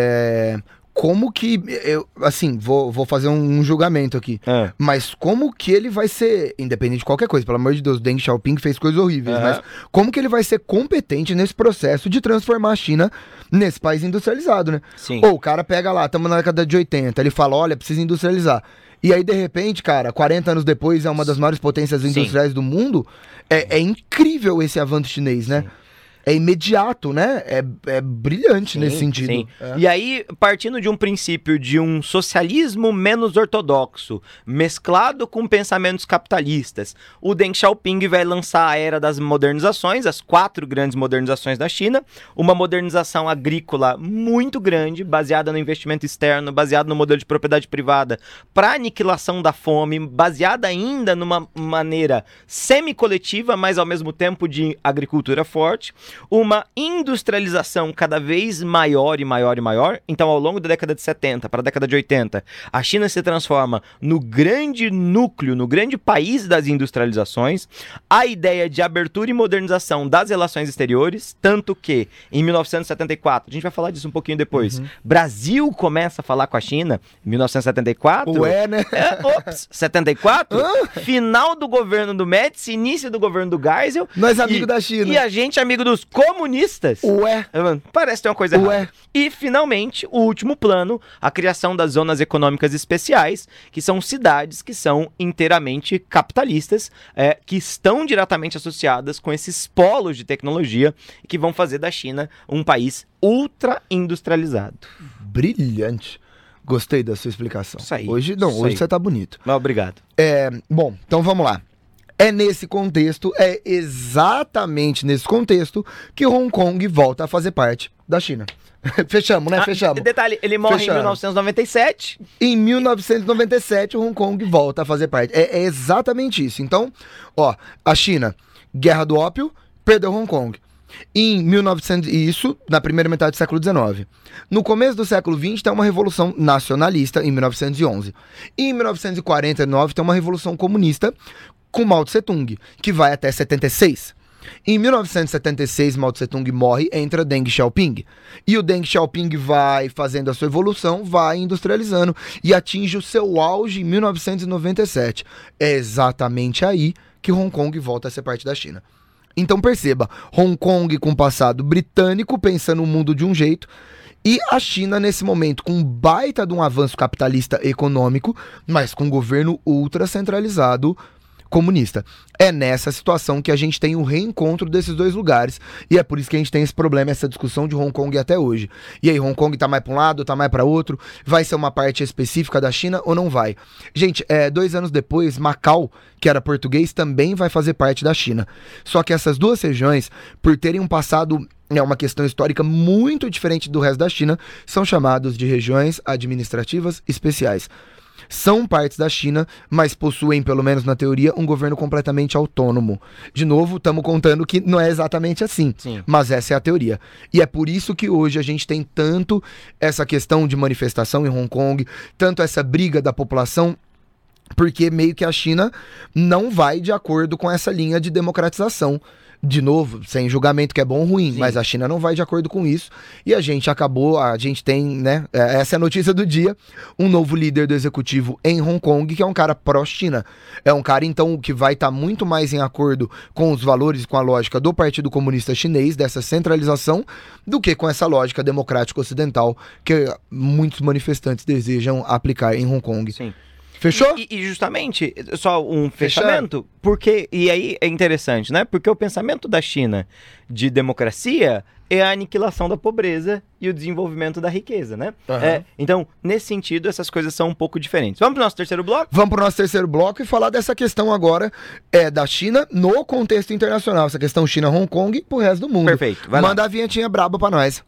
como que, vou fazer um julgamento aqui, mas como que ele vai ser, independente de qualquer coisa, pelo amor de Deus, o Deng Xiaoping fez coisas horríveis, mas como que ele vai ser competente nesse processo de transformar a China nesse país industrializado, né? Sim. Ou o cara pega lá, estamos na década de 80, ele fala, olha, precisa industrializar. E aí, de repente, cara, 40 anos depois é uma das maiores potências industriais do mundo. É incrível esse avanço chinês, né? Sim. É imediato, né? É brilhante nesse sentido. Sim. E aí, partindo de um princípio de um socialismo menos ortodoxo, mesclado com pensamentos capitalistas, o Deng Xiaoping vai lançar a era das modernizações, as 4 grandes modernizações da China, uma modernização agrícola muito grande, baseada no investimento externo, baseada no modelo de propriedade privada, para aniquilação da fome, baseada ainda numa maneira semi-coletiva, mas ao mesmo tempo de agricultura forte, uma industrialização cada vez maior e maior e maior. Então, ao longo da década de 70 para a década de 80, a China se transforma no grande núcleo, no grande país das industrializações. A ideia de abertura e modernização das relações exteriores, tanto que em 1974, a gente vai falar disso um pouquinho depois, Brasil começa a falar com a China em 1974. Ué, né? 74, final do governo do Médici, início do governo do Geisel. Nós amigos da China. E a gente amigo do estados comunistas. Ué. Parece ter uma coisa errada. E, finalmente, o último plano, a criação das zonas econômicas especiais, que são cidades que são inteiramente capitalistas, que estão diretamente associadas com esses polos de tecnologia e que vão fazer da China um país ultra industrializado. Brilhante. Gostei da sua explicação. Isso aí. Hoje você tá bonito. Obrigado. Bom, então vamos lá. É exatamente nesse contexto que Hong Kong volta a fazer parte da China. Fechamos, né? Fechamos. Detalhe, ele morre em 1997. Em 1997, Hong Kong volta a fazer parte. É exatamente isso. Então, a China, Guerra do Ópio, perdeu Hong Kong. Isso na primeira metade do século XIX. No começo do século XX tem uma revolução nacionalista em 1911. E em 1949 tem uma revolução comunista com Mao Tse Tung, que vai até 76. Em 1976, Mao Tse Tung morre, entra Deng Xiaoping. E o Deng Xiaoping vai fazendo a sua evolução, vai industrializando e atinge o seu auge em 1997. É exatamente aí que Hong Kong volta a ser parte da China. Então perceba, Hong Kong com passado britânico, pensando o mundo de um jeito, e a China nesse momento com um baita de um avanço capitalista econômico, mas com um governo ultra centralizado comunista. É nessa situação que a gente tem o reencontro desses dois lugares, e é por isso que a gente tem esse problema, essa discussão de Hong Kong até hoje. E aí, Hong Kong tá mais para um lado, tá mais para outro? Vai ser uma parte específica da China ou não vai? Gente, 2 anos depois, Macau, que era português, também vai fazer parte da China. Só que essas duas regiões, por terem um passado, uma questão histórica muito diferente do resto da China, são chamados de regiões administrativas especiais. São partes da China, mas possuem, pelo menos na teoria, um governo completamente autônomo. De novo, estamos contando que não é exatamente assim, mas essa é a teoria. E é por isso que hoje a gente tem tanto essa questão de manifestação em Hong Kong, tanto essa briga da população, porque meio que a China não vai de acordo com essa linha de democratização. De novo, sem julgamento que é bom ou ruim, mas a China não vai de acordo com isso. E a gente tem, né? Essa é a notícia do dia: um novo líder do executivo em Hong Kong, que é um cara pró-China. É um cara, então, que vai estar muito mais em acordo com os valores, com a lógica do Partido Comunista Chinês, dessa centralização, do que com essa lógica democrática ocidental que muitos manifestantes desejam aplicar em Hong Kong. Sim. Fechou? E justamente, só um fechamento, porque, e aí é interessante, né? Porque o pensamento da China de democracia é a aniquilação da pobreza e o desenvolvimento da riqueza, né? Então, nesse sentido, essas coisas são um pouco diferentes. Vamos pro nosso terceiro bloco? Vamos pro nosso terceiro bloco e falar dessa questão agora da China no contexto internacional. Essa questão China-Hong Kong pro resto do mundo. Perfeito, vai lá. Manda a vinhetinha braba pra nós.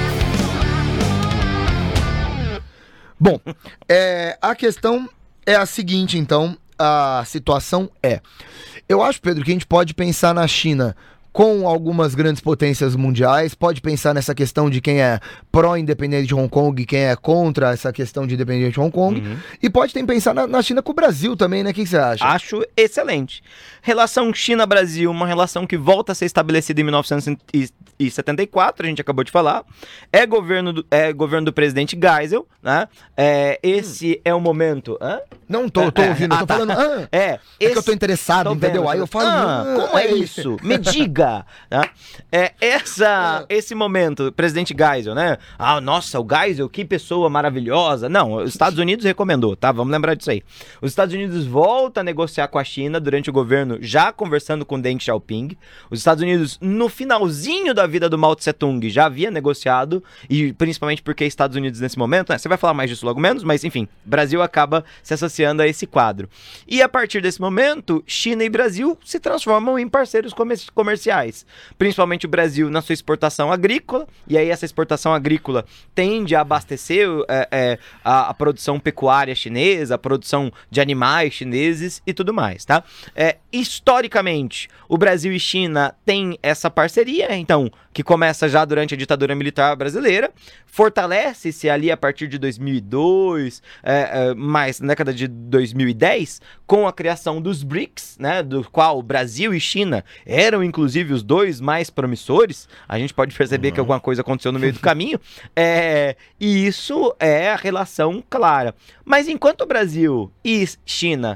Bom, a questão é a seguinte, então, a situação eu acho, Pedro, que a gente pode pensar na China com algumas grandes potências mundiais, pode pensar nessa questão de quem é pró-independente de Hong Kong e quem é contra essa questão de independente de Hong Kong, e pode pensar na China com o Brasil também, né? O que você acha? Acho excelente. Relação China-Brasil, uma relação que volta a ser estabelecida em 1974, a gente acabou de falar, é governo do presidente Geisel, né? Esse é o momento... Não tô ouvindo, eu tô falando... É que eu tô interessado, entendeu? Vendo, aí eu falo... como é isso? Me diga! Né? Esse momento, presidente Geisel, né? Nossa, o Geisel, que pessoa maravilhosa. Não, os Estados Unidos recomendou, tá? Vamos lembrar disso aí. Os Estados Unidos voltam a negociar com a China durante o governo, já conversando com Deng Xiaoping. Os Estados Unidos, no finalzinho da vida do Mao Tse Tung, já havia negociado, e principalmente porque Estados Unidos nesse momento, né? Você vai falar mais disso logo menos, mas enfim, Brasil acaba se associando a esse quadro. E a partir desse momento, China e Brasil se transformam em parceiros comerciais. Principalmente o Brasil na sua exportação agrícola, e aí essa exportação agrícola tende a abastecer a produção pecuária chinesa, a produção de animais chineses e tudo mais, tá? Historicamente, o Brasil e China têm essa parceria, então, que começa já durante a ditadura militar brasileira, fortalece-se ali a partir de 2002, mais na década de 2010, com a criação dos BRICS, né, do qual Brasil e China eram, inclusive, os dois mais promissores. A gente pode perceber que alguma coisa aconteceu no meio do caminho, e isso é a relação clara. Mas enquanto o Brasil e China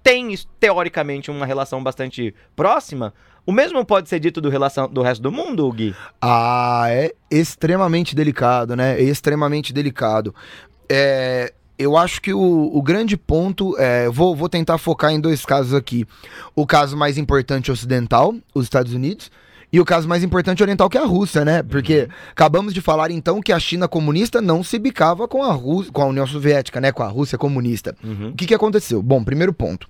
tem, teoricamente, uma relação bastante próxima, o mesmo pode ser dito do resto do mundo, Gui? É extremamente delicado, né? É extremamente delicado. Eu acho que o grande ponto vou tentar focar em 2 casos aqui. O caso mais importante ocidental, os Estados Unidos, e o caso mais importante oriental, que é a Rússia, né? Porque acabamos de falar, então, que a China comunista não se bicava com a União Soviética, né? Com a Rússia comunista. O que aconteceu? Bom, primeiro ponto.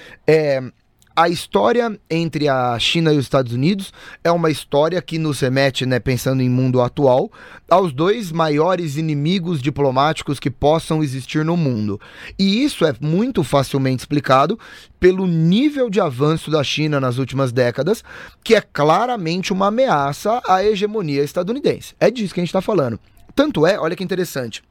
A história entre a China e os Estados Unidos é uma história que nos remete, né, pensando em mundo atual, aos 2 maiores inimigos diplomáticos que possam existir no mundo. E isso é muito facilmente explicado pelo nível de avanço da China nas últimas décadas, que é claramente uma ameaça à hegemonia estadunidense. É disso que a gente está falando. Tanto olha que interessante,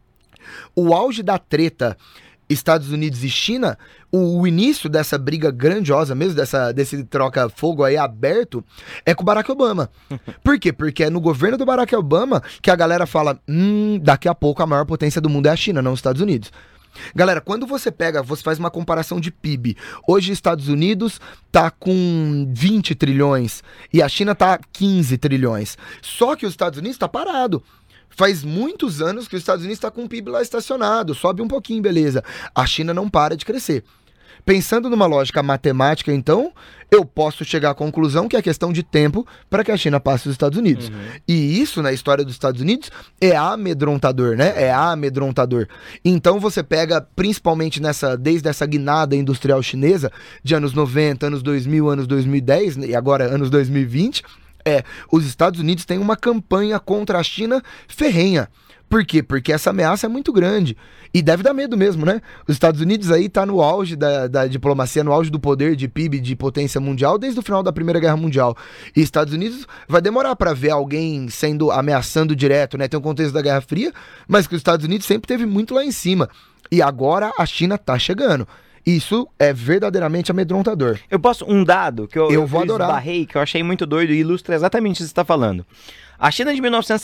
o auge da treta Estados Unidos e China, o início dessa briga grandiosa mesmo, desse troca-fogo aí aberto, é com o Barack Obama. Por quê? Porque é no governo do Barack Obama que a galera fala, daqui a pouco a maior potência do mundo é a China, não os Estados Unidos. Galera, quando você faz uma comparação de PIB, hoje os Estados Unidos tá com 20 trilhões e a China tá 15 trilhões. Só que os Estados Unidos tá parado. Faz muitos anos que os Estados Unidos está com o PIB lá estacionado, sobe um pouquinho, beleza. A China não para de crescer. Pensando numa lógica matemática, então, eu posso chegar à conclusão que é questão de tempo para que a China passe os Estados Unidos. E isso, na história dos Estados Unidos, é amedrontador, né? É amedrontador. Então você pega, principalmente desde essa guinada industrial chinesa, de anos 90, anos 2000, anos 2010, e agora anos 2020... os Estados Unidos têm uma campanha contra a China ferrenha. Por quê? Porque essa ameaça é muito grande. E deve dar medo mesmo, né? Os Estados Unidos aí tá no auge da diplomacia, no auge do poder de PIB, de potência mundial, desde o final da Primeira Guerra Mundial. E Estados Unidos vai demorar para ver alguém ameaçando direto, né? Tem um contexto da Guerra Fria, mas que os Estados Unidos sempre teve muito lá em cima. E agora a China tá chegando. Isso é verdadeiramente amedrontador. Eu posso um dado que eu vou adorar. Esbarrei, que eu achei muito doido e ilustra exatamente isso que você está falando. A China de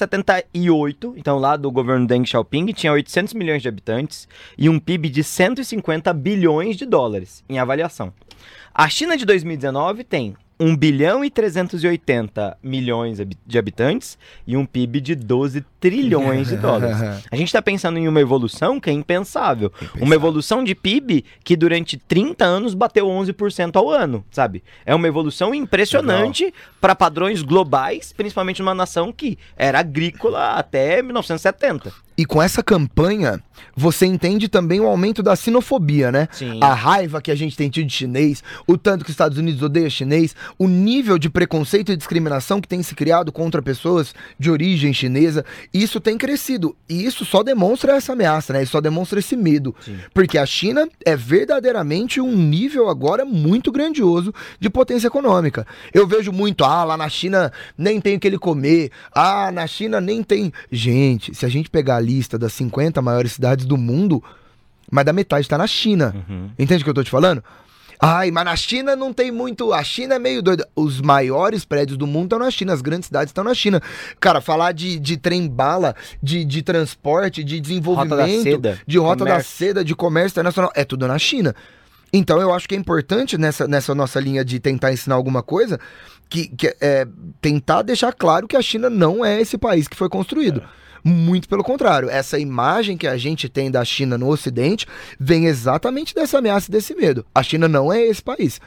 1978, então lá do governo Deng Xiaoping, tinha 800 milhões de habitantes e um PIB de 150 bilhões de dólares em avaliação. A China de 2019 tem 1 bilhão e 380 milhões de habitantes e um PIB de 12 trilhões de dólares. A gente está pensando em uma evolução que é impensável. Uma evolução de PIB que durante 30 anos bateu 11% ao ano, sabe? É uma evolução impressionante para padrões globais, principalmente numa nação que era agrícola até 1970. E com essa campanha, você entende também o aumento da sinofobia, né? Sim. A raiva que a gente tem tido de chinês, o tanto que os Estados Unidos odeia chinês, o nível de preconceito e discriminação que tem se criado contra pessoas de origem chinesa, isso tem crescido. E isso só demonstra essa ameaça, né? Isso só demonstra esse medo. Sim. Porque a China é verdadeiramente um nível agora muito grandioso de potência econômica. Eu vejo muito, lá na China nem tem o que ele comer, na China nem tem... Gente, se a gente pegar a lista das 50 maiores cidades do mundo, mais da metade está na China. Entende o que eu tô te falando? Mas na China não tem muito... A China é meio doida. Os maiores prédios do mundo estão na China, as grandes cidades estão na China. Cara, falar de trem-bala, de transporte, de desenvolvimento, Rota da seda, de rota da seda, de comércio internacional, é tudo na China. Então eu acho que é importante nessa nossa linha de tentar ensinar alguma coisa, que é tentar deixar claro que a China não é esse país que foi construído. Muito pelo contrário, essa imagem que a gente tem da China no Ocidente vem exatamente dessa ameaça e desse medo. A China não é esse país.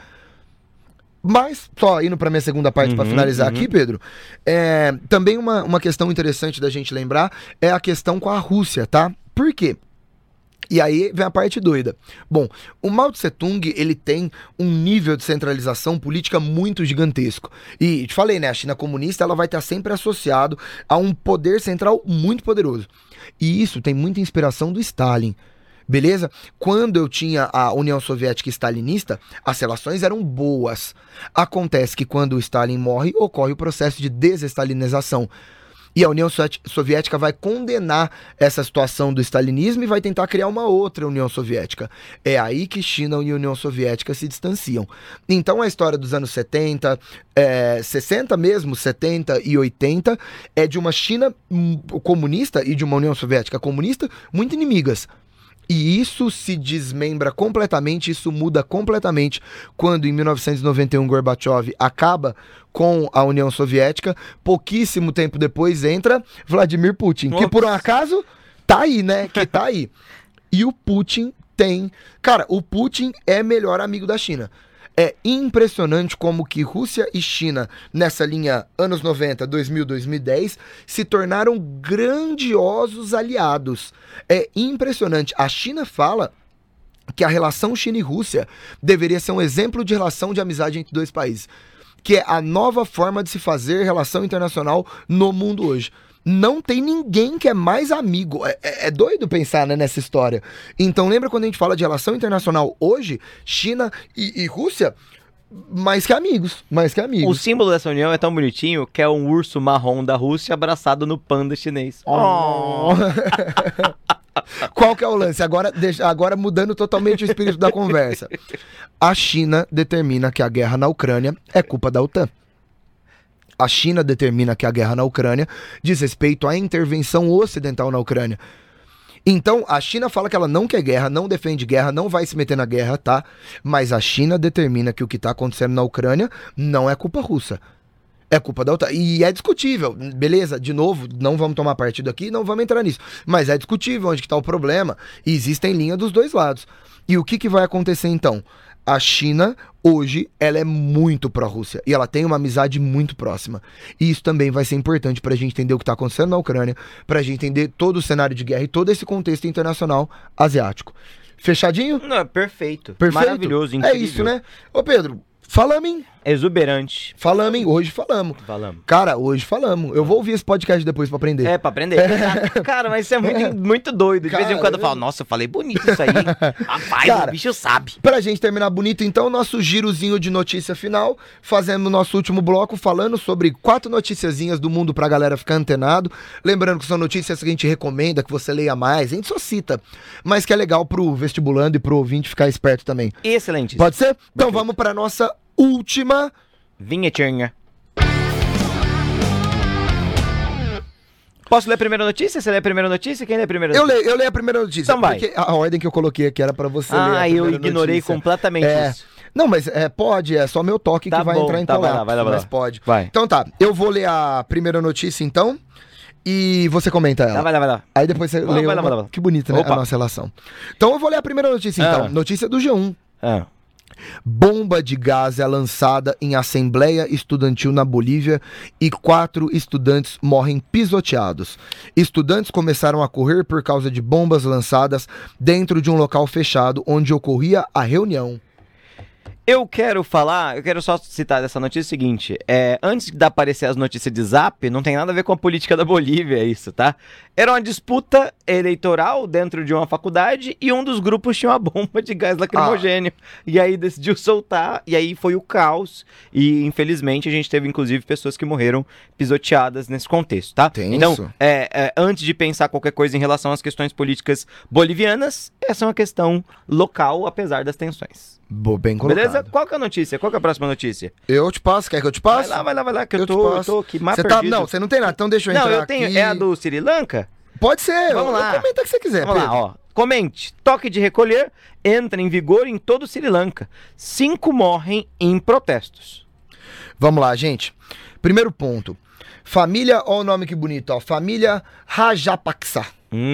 Mas, só indo para minha segunda parte para finalizar aqui, Pedro, também uma questão interessante da gente lembrar é a questão com a Rússia, tá? Por quê? E aí vem a parte doida. Bom, o Mao Tse-tung, ele tem um nível de centralização política muito gigantesco. E te falei, né, a China comunista ela vai estar sempre associado a um poder central muito poderoso. E isso tem muita inspiração do Stalin. Beleza? Quando eu tinha a União Soviética stalinista, as relações eram boas. Acontece que quando o Stalin morre, ocorre o processo de desestalinização. E a União Soviética vai condenar essa situação do stalinismo e vai tentar criar uma outra União Soviética. É aí que China e União Soviética se distanciam. Então a história dos anos 70, 60 mesmo, 70 e 80, é de uma China comunista e de uma União Soviética comunista muito inimigas. E isso se desmembra completamente, isso muda completamente quando em 1991 Gorbachev acaba com a União Soviética. Pouquíssimo tempo depois entra Vladimir Putin, que por um acaso tá aí, né? Que tá aí. E o Putin tem... Cara, o Putin é melhor amigo da China. É impressionante como que Rússia e China, nessa linha anos 90, 2000, 2010, se tornaram grandiosos aliados. É impressionante. A China fala que a relação China e Rússia deveria ser um exemplo de relação de amizade entre dois países, que é a nova forma de se fazer relação internacional no mundo hoje. Não tem ninguém que é mais amigo. É doido pensar, né, nessa história. Então lembra quando a gente fala de relação internacional hoje, China e Rússia, mais que amigos, mais que amigos. O símbolo dessa união é tão bonitinho que é um urso marrom da Rússia abraçado no panda chinês. Oh. Qual que é o lance? Agora mudando totalmente o espírito da conversa. A China determina que a guerra na Ucrânia é culpa da OTAN. A China determina que a guerra na Ucrânia diz respeito à intervenção ocidental na Ucrânia. Então, a China fala que ela não quer guerra, não defende guerra, não vai se meter na guerra, tá? Mas a China determina que o que está acontecendo na Ucrânia não é culpa russa. É culpa da OTAN. E é discutível, beleza? De novo, não vamos tomar partido aqui, não vamos entrar nisso. Mas é discutível onde que está o problema. E existem linhas dos dois lados. E o que vai acontecer então? A China, hoje, ela é muito pró-Rússia e ela tem uma amizade muito próxima. E isso também vai ser importante para a gente entender o que está acontecendo na Ucrânia, para a gente entender todo o cenário de guerra e todo esse contexto internacional asiático. Fechadinho? Não, perfeito. Perfeito? Maravilhoso, incrível. É isso, né? Ô Pedro, falamos, hein? Exuberante. Falamos, hein? Hoje falamos. Cara, hoje falamos. Eu vou ouvir esse podcast depois pra aprender. É, pra aprender. Cara, mas isso é muito doido. De vez em quando eu falo, nossa, eu falei bonito isso aí. Rapaz, cara, o bicho sabe. Pra gente terminar bonito, então, nosso girozinho de notícia final, fazendo o nosso último bloco, falando sobre 4 noticiazinhas do mundo pra galera ficar antenado. Lembrando que são notícias que a gente recomenda, que você leia mais. A gente só cita, mas que é legal pro vestibulando e pro ouvinte ficar esperto também. Excelente. Pode ser? Então vamos pra nossa última vinhetinha. Posso ler a primeira notícia? Você lê a primeira notícia? Quem lê a primeira notícia? Eu leio a primeira notícia. Então vai. Porque a ordem que eu coloquei aqui era pra você ler a primeira eu ignorei notícia. completamente isso. Não, mas pode, é só meu toque que vai entrar em colapso. Vai lá. Mas pode. Vai. Então tá, eu vou ler a primeira notícia então e você comenta ela. Vai lá. Aí depois você lê vai lá. Que bonita, né, a nossa relação. Então eu vou ler a primeira notícia então. Notícia do G1. Bomba de gás é lançada em Assembleia Estudantil na Bolívia e 4 estudantes morrem pisoteados. Estudantes começaram a correr por causa de bombas lançadas dentro de um local fechado onde ocorria a reunião. Eu quero só citar dessa notícia o seguinte, antes de aparecer as notícias de Zap, não tem nada a ver com a política da Bolívia isso, tá? Era uma disputa eleitoral dentro de uma faculdade e um dos grupos tinha uma bomba de gás lacrimogêneo. E aí decidiu soltar, e aí foi o caos. E infelizmente a gente teve inclusive pessoas que morreram pisoteadas nesse contexto, tá? Tenso. Então, antes de pensar qualquer coisa em relação às questões políticas bolivianas, essa é uma questão local, apesar das tensões. Bem colocado. Beleza? Qual que é a notícia? Qual que é a próxima notícia? Eu te passo, quer que eu te passe? Vai lá, que eu tô aqui mais perdido. Não, você não tem nada, então deixa eu entrar aqui. Não, eu tenho, é a do Sri Lanka? Pode ser, vamos lá. Comenta o que você quiser, Vamos Pedro. lá, ó. Comente, toque de recolher entra em vigor em todo o Sri Lanka. 5 morrem em protestos. Vamos lá, gente. Primeiro ponto. Família, ó o nome que bonito, ó. Família Rajapaksa.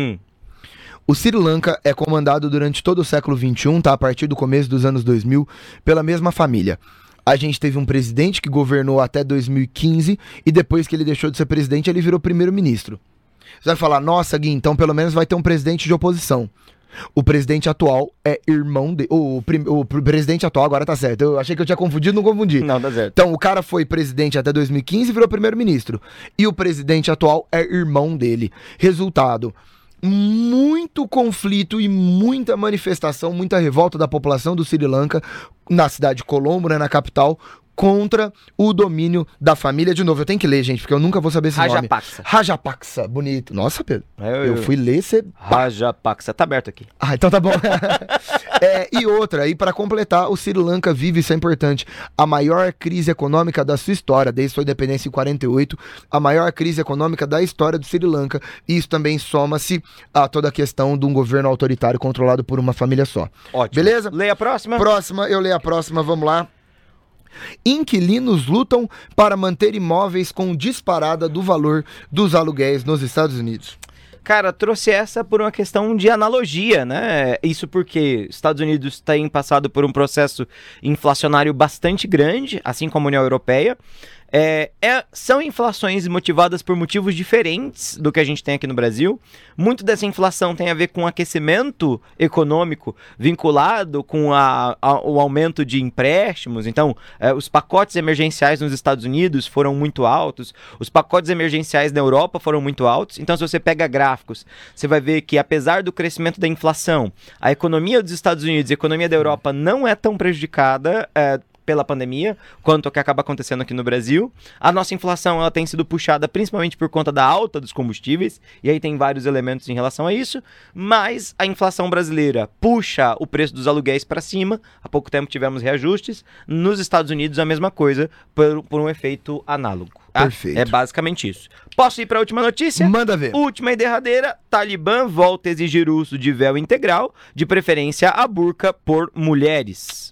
O Sri Lanka é comandado durante todo o século XXI, tá? A partir do começo dos anos 2000, pela mesma família. A gente teve um presidente que governou até 2015 e depois que ele deixou de ser presidente, ele virou primeiro-ministro. Você vai falar, nossa, Gui, então pelo menos vai ter um presidente de oposição. O presidente atual é irmão dele. O presidente atual agora tá certo. Eu achei que eu tinha confundido, não confundi. Não, tá certo. Então, o cara foi presidente até 2015 e virou primeiro-ministro. E o presidente atual é irmão dele. Resultado: muito conflito e muita manifestação, muita revolta da população do Sri Lanka, na cidade de Colombo, né, na capital, contra o domínio da família. De novo, eu tenho que ler, gente, porque eu nunca vou saber esse Rajapaksa. nome. Rajapaksa, bonito. Nossa, Pedro, eu fui ler, você... Rajapaksa, tá aberto aqui. Ah, então tá bom. E outra, e para completar, o Sri Lanka vive, isso é importante, a maior crise econômica da sua história, desde sua independência em 48, a maior crise econômica da história do Sri Lanka, e isso também soma-se a toda a questão de um governo autoritário controlado por uma família só. Ótimo. Beleza? Leia a próxima. Eu leio a próxima, vamos lá. Inquilinos lutam para manter imóveis com disparada do valor dos aluguéis nos Estados Unidos. Cara, trouxe essa por uma questão de analogia, né? Isso porque Estados Unidos têm passado por um processo inflacionário bastante grande, assim como a União Europeia. São inflações motivadas por motivos diferentes do que a gente tem aqui no Brasil. Muito dessa inflação tem a ver com aquecimento econômico vinculado com o aumento de empréstimos. Então, os pacotes emergenciais nos Estados Unidos foram muito altos, os pacotes emergenciais na Europa foram muito altos. Então, se você pega gráficos, você vai ver que, apesar do crescimento da inflação, a economia dos Estados Unidos e a economia da Europa não é tão prejudicada pela pandemia, quanto o que acaba acontecendo aqui no Brasil. A nossa inflação ela tem sido puxada principalmente por conta da alta dos combustíveis, e aí tem vários elementos em relação a isso, mas a inflação brasileira puxa o preço dos aluguéis para cima. Há pouco tempo tivemos reajustes. Nos Estados Unidos a mesma coisa, por um efeito análogo. Tá? Perfeito. É basicamente isso. Posso ir para a última notícia? Manda ver. Última e derradeira: Talibã volta a exigir o uso de véu integral, de preferência a burca, por mulheres.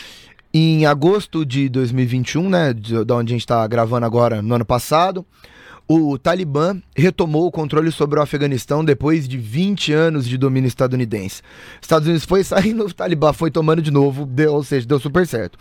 Em agosto de 2021, né, da onde a gente está gravando agora, no ano passado, o Talibã retomou o controle sobre o Afeganistão depois de 20 anos de domínio estadunidense. Estados Unidos foi saindo, o Talibã foi tomando de novo, ou seja, deu super certo.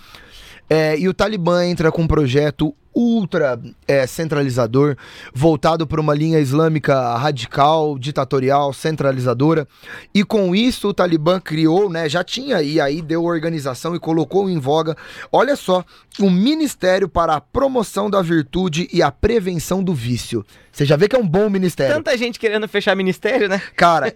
E o Talibã entra com um projeto ultra centralizador, voltado para uma linha islâmica radical, ditatorial, centralizadora, e com isso o Talibã criou, né, já tinha, e aí deu organização e colocou em voga, olha só, um Ministério para a Promoção da Virtude e a Prevenção do Vício. Você já vê que é um bom ministério. Tanta gente querendo fechar ministério, né? Cara,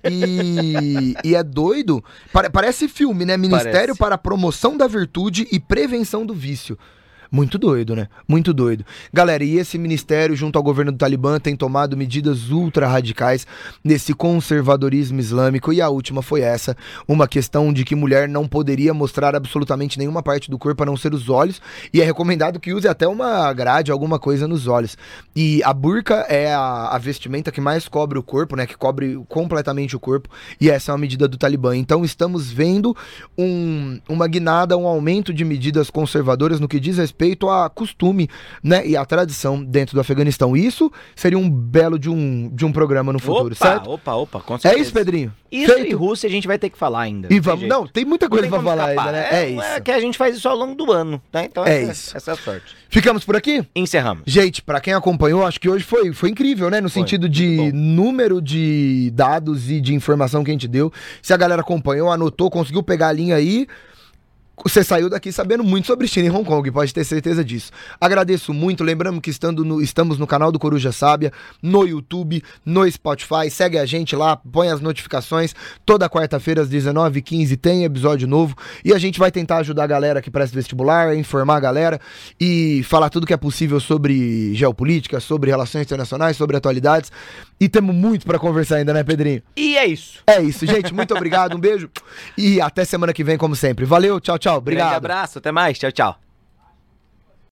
e é doido, parece filme, né? Ministério para a Promoção da Virtude e Prevenção do Vício. Muito doido, né? Muito doido. Galera, e esse ministério, junto ao governo do Talibã, tem tomado medidas ultra radicais nesse conservadorismo islâmico. E a última foi essa, uma questão de que mulher não poderia mostrar absolutamente nenhuma parte do corpo a não ser os olhos. E é recomendado que use até uma grade, alguma coisa nos olhos. E a burca é a vestimenta que mais cobre o corpo, né? Que cobre completamente o corpo. E essa é uma medida do Talibã. Então estamos vendo uma guinada, um aumento de medidas conservadoras no que diz respeito a costume, né, e a tradição dentro do Afeganistão. Isso seria um belo de um programa no futuro, certo? Opa, com certeza. É isso, Pedrinho? Isso Feito. E Rússia a gente vai ter que falar ainda. E vamos, não, tem muita coisa pra falar escapar. ainda, né? É isso. É que a gente faz isso ao longo do ano, tá? Então isso. Essa é a sorte. Ficamos por aqui? Encerramos. Gente, pra quem acompanhou, acho que hoje foi incrível, né? No sentido de número de dados e de informação que a gente deu. Se a galera acompanhou, anotou, conseguiu pegar a linha aí, você saiu daqui sabendo muito sobre China e Hong Kong, pode ter certeza disso. Agradeço muito, lembrando que estamos no canal do Coruja Sábia, no YouTube, no Spotify, segue a gente lá, põe as notificações, toda quarta-feira às 19h15 tem episódio novo, e a gente vai tentar ajudar a galera que presta vestibular, informar a galera, e falar tudo que é possível sobre geopolítica, sobre relações internacionais, sobre atualidades, e temos muito pra conversar ainda, né, Pedrinho? E é isso. É isso, gente, muito obrigado, um beijo, e até semana que vem, como sempre. Valeu, tchau, tchau, obrigado. Grande abraço, até mais, tchau, tchau.